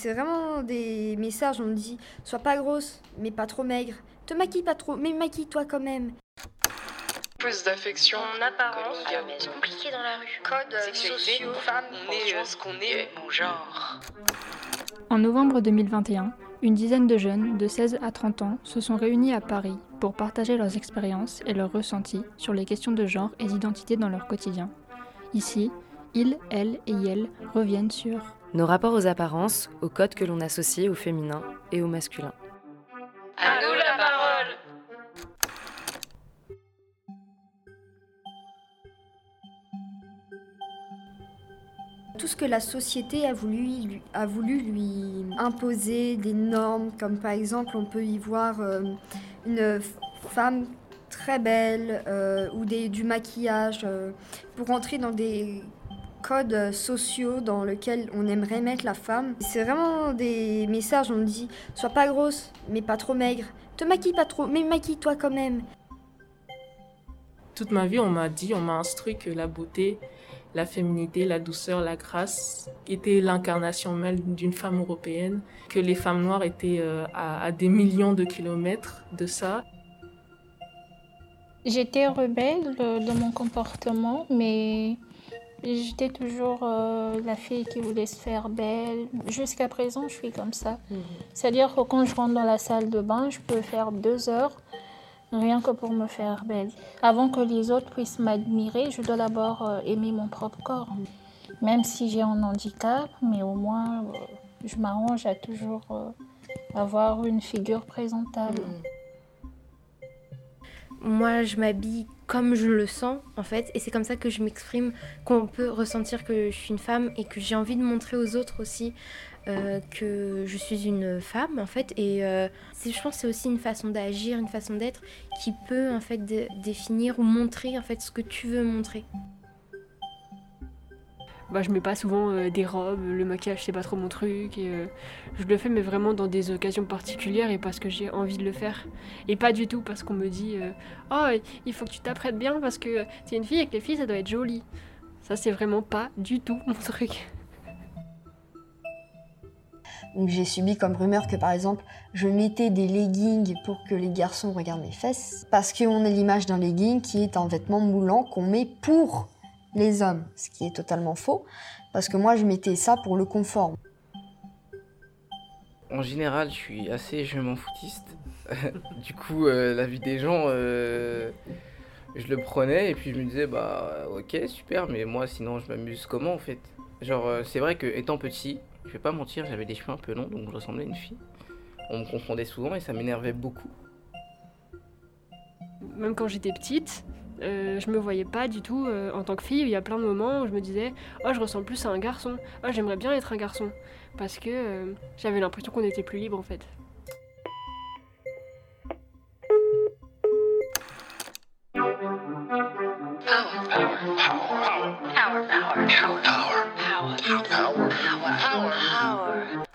C'est vraiment des messages, on me dit, sois pas grosse, mais pas trop maigre. Te maquille pas trop, mais maquille-toi quand même. Plus d'affection. En apparence, que l'on gagne. compliqué dans la rue. Codes Sexualité, sociaux, femmes, on est ce qu'on est, mon genre. En novembre 2021, une dizaine de jeunes de 16 à 30 ans se sont réunis à Paris pour partager leurs expériences et leurs ressentis sur les questions de genre et d'identité dans leur quotidien. Ici, ils, elles et elles reviennent sur nos rapports aux apparences, aux codes que l'on associe au féminin et au masculin. À nous la parole. Tout ce que la société a voulu lui imposer, des normes, comme par exemple on peut y voir une femme très belle ou du maquillage pour entrer dans des codes sociaux dans lesquels on aimerait mettre la femme. C'est vraiment des messages, on me dit, sois pas grosse, mais pas trop maigre. Te maquille pas trop, mais maquille-toi quand même. Toute ma vie, on m'a instruit que la beauté, la féminité, la douceur, la grâce étaient l'incarnation même d'une femme européenne, que les femmes noires étaient à des millions de kilomètres de ça. J'étais rebelle dans mon comportement, mais j'étais toujours la fille qui voulait se faire belle. Jusqu'à présent, je suis comme ça. C'est-à-dire que quand je rentre dans la salle de bain, je peux faire 2 heures rien que pour me faire belle. Avant que les autres puissent m'admirer, je dois d'abord aimer mon propre corps. Même si j'ai un handicap, mais au moins, je m'arrange à toujours avoir une figure présentable. Moi, je m'habille comme je le sens, en fait, et c'est comme ça que je m'exprime, qu'on peut ressentir que je suis une femme et que j'ai envie de montrer aux autres aussi que je suis une femme, en fait. Et je pense que c'est aussi une façon d'agir, une façon d'être qui peut, en fait, définir ou montrer, en fait, ce que tu veux montrer. Je mets pas souvent des robes, le maquillage c'est pas trop mon truc et je le fais mais vraiment dans des occasions particulières et parce que j'ai envie de le faire et pas du tout parce qu'on me dit oh il faut que tu t'apprêtes bien parce que t'es une fille et que les filles ça doit être joli. Ça c'est vraiment pas du tout mon truc. Donc j'ai subi comme rumeur que par exemple je mettais des leggings pour que les garçons regardent mes fesses parce qu'on a l'image d'un legging qui est un vêtement moulant qu'on met pour les hommes, ce qui est totalement faux, parce que moi je mettais ça pour le confort. En général, je suis assez je m'en foutiste. Du coup, la vie des gens, je le prenais et puis je me disais, ok, super, mais moi sinon je m'amuse comment en fait? Genre, c'est vrai que étant petit, je vais pas mentir, j'avais des cheveux un peu longs, donc je ressemblais à une fille. On me confondait souvent et ça m'énervait beaucoup. Même quand j'étais petite, je me voyais pas du tout en tant que fille. Il y a plein de moments où je me disais oh je ressemble plus à un garçon, oh j'aimerais bien être un garçon parce que j'avais l'impression qu'on était plus libre en fait. Power.